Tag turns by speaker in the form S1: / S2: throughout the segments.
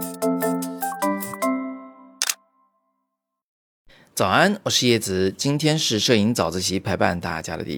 S1: 早安，我是叶子，今天是摄影早自习陪伴大家的第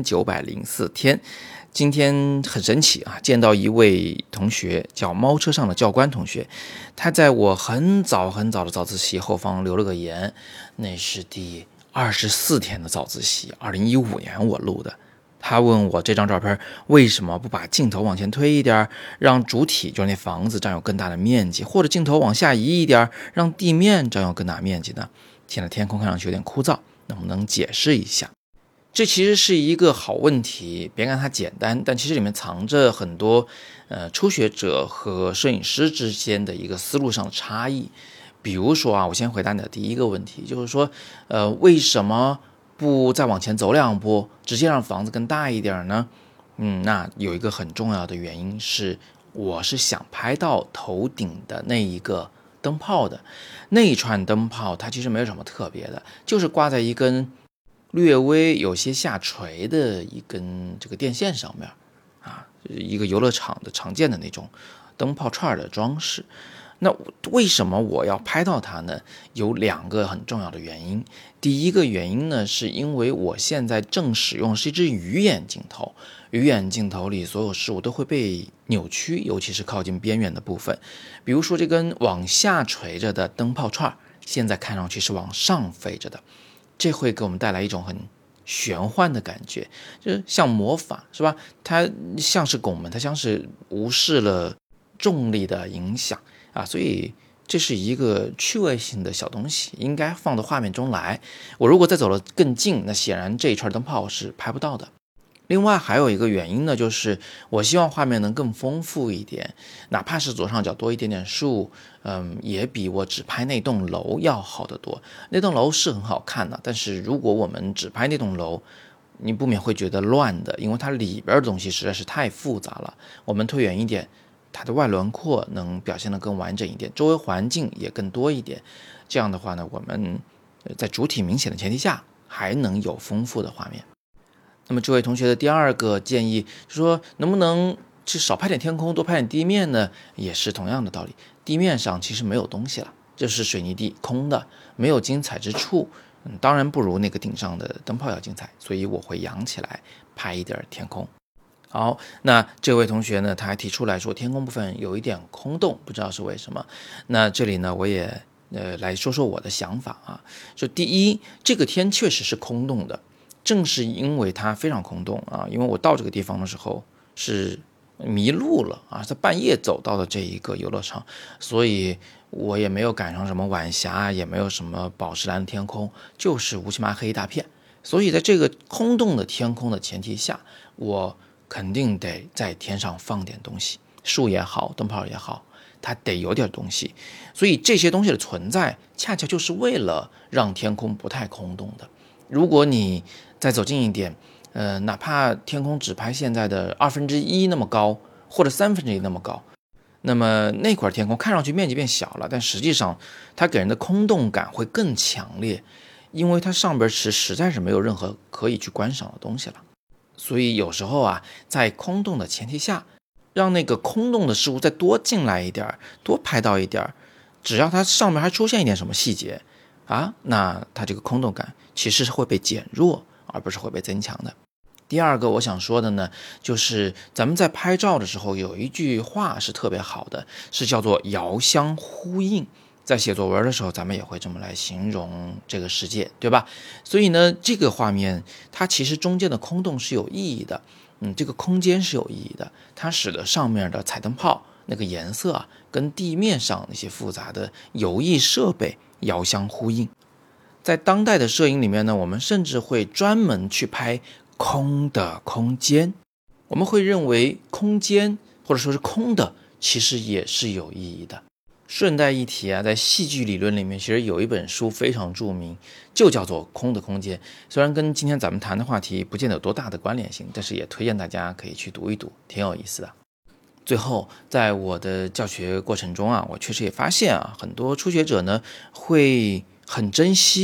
S1: 1904天。今天很神奇啊，见到一位同学叫猫车上的教官同学，他在我很早的早自习后方留了个言，那是第24天的早自习，2015年我录的。他问我这张照片为什么不把镜头往前推一点，让主体就是那房子占有更大的面积，或者镜头往下移一点，让地面占有更大面积呢？现在天空看上去有点枯燥，能不能解释一下？这其实是一个好问题，别看它简单，但其实里面藏着很多初学者和摄影师之间的一个思路上的差异。比如说啊，我先回答你的第一个问题，就是说为什么不再往前走2步，直接让房子更大一点呢？那有一个很重要的原因是，我是想拍到头顶的那一个灯泡的，那一串灯泡它其实没有什么特别的，就是挂在一根略微有些下垂的一根这个电线上面啊，一个游乐场的常见的那种灯泡串的装饰。那为什么我要拍到它呢？有2个很重要的原因。第一个原因呢，是因为我现在正使用是一支鱼眼镜头，鱼眼镜头里所有事物都会被扭曲，尤其是靠近边缘的部分。比如说这根往下垂着的灯泡串，现在看上去是往上飞着的，这会给我们带来一种很玄幻的感觉，就是像魔法，是吧？它像是拱门，它像是无视了重力的影响啊，所以这是一个趣味性的小东西，应该放到画面中来。我如果再走得更近，那显然这一串灯泡是拍不到的。另外还有一个原因呢，就是我希望画面能更丰富一点，哪怕是左上角多一点点树，也比我只拍那栋楼要好得多。那栋楼是很好看的，但是如果我们只拍那栋楼，你不免会觉得乱的，因为它里边的东西实在是太复杂了。我们推远一点，它的外轮廓能表现得更完整一点，周围环境也更多一点。这样的话呢，我们在主体明显的前提下，还能有丰富的画面。那么这位同学的第2个建议就是说，能不能去少拍点天空，多拍点地面呢？也是同样的道理。地面上其实没有东西了，这是水泥地，空的，没有精彩之处。当然不如那个顶上的灯泡要精彩，所以我会扬起来拍一点天空。好，那这位同学呢，他还提出来说天空部分有一点空洞，不知道是为什么。那这里呢，我也来说说我的想法啊。就第一，这个天确实是空洞的，正是因为它非常空洞啊，因为我到这个地方的时候是迷路了啊，在半夜走到的这一个游乐场，所以我也没有赶上什么晚霞，也没有什么宝石蓝的天空，就是乌漆麻黑一大片。所以在这个空洞的天空的前提下，我肯定得在天上放点东西，树也好，灯泡也好，它得有点东西。所以这些东西的存在，恰恰就是为了让天空不太空洞的。如果你再走近一点，哪怕天空只拍现在的1/2那么高，或者1/3那么高，那么那块天空看上去面积变小了，但实际上它给人的空洞感会更强烈，因为它上边实在是没有任何可以去观赏的东西了。所以有时候啊，在空洞的前提下，让那个空洞的事物再多进来一点，多拍到一点，只要它上面还出现一点什么细节啊，那它这个空洞感其实是会被减弱，而不是会被增强的。第2个我想说的呢，就是咱们在拍照的时候有一句话是特别好的，是叫做遥相呼应。在写作文的时候，咱们也会这么来形容这个世界，对吧？所以呢，这个画面它其实中间的空洞是有意义的，这个空间是有意义的，它使得上面的彩灯泡那个颜色啊，跟地面上那些复杂的游艺设备遥相呼应。在当代的摄影里面呢，我们甚至会专门去拍空的空间，我们会认为空间或者说是空的其实也是有意义的。顺带一提啊，在戏剧理论里面其实有一本书非常著名，就叫做空的空间。虽然跟今天咱们谈的话题不见得有多大的关联性，但是也推荐大家可以去读一读，挺有意思的。最后在我的教学过程中啊，我确实也发现啊，很多初学者呢会很珍惜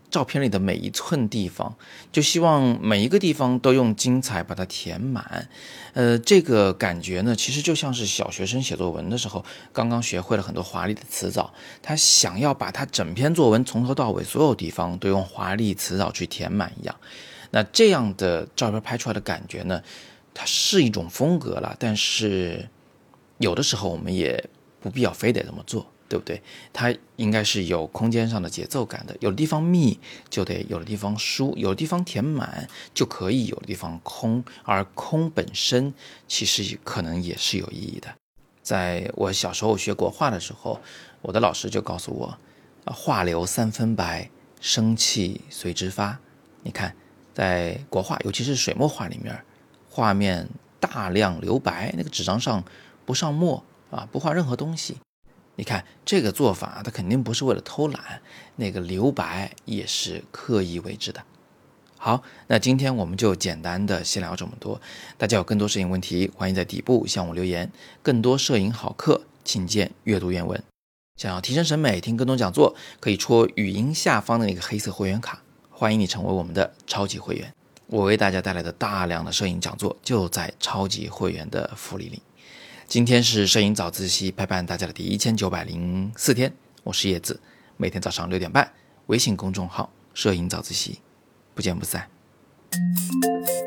S1: 照片里的每一寸地方，就希望每一个地方都用精彩把它填满。这个感觉呢，其实就像是小学生写作文的时候，刚刚学会了很多华丽的词藻，他想要把他整篇作文从头到尾所有地方都用华丽词藻去填满一样。那这样的照片拍出来的感觉呢，它是一种风格了，但是有的时候我们也不必要非得这么做，对不对？它应该是有空间上的节奏感的，有的地方密就得有的地方疏，有的地方填满就可以有的地方空，而空本身其实可能也是有意义的。在我小时候学国画的时候，我的老师就告诉我，画流三分白，生气随之发。你看在国画尤其是水墨画里面，画面大量留白，那个纸张上不上墨不画任何东西。你看这个做法它肯定不是为了偷懒，那个留白也是刻意为之的。好，那今天我们就简单的先聊这么多。大家有更多摄影问题，欢迎在底部向我留言。更多摄影好课，请见阅读原文。想要提升审美，听更多讲座，可以戳语音下方的那个黑色会员卡，欢迎你成为我们的超级会员。我为大家带来的大量的摄影讲座就在超级会员的福利里。今天是摄影早自习陪伴大家的第1904天，我是叶子，每天早上6点半，微信公众号摄影早自习，不见不散。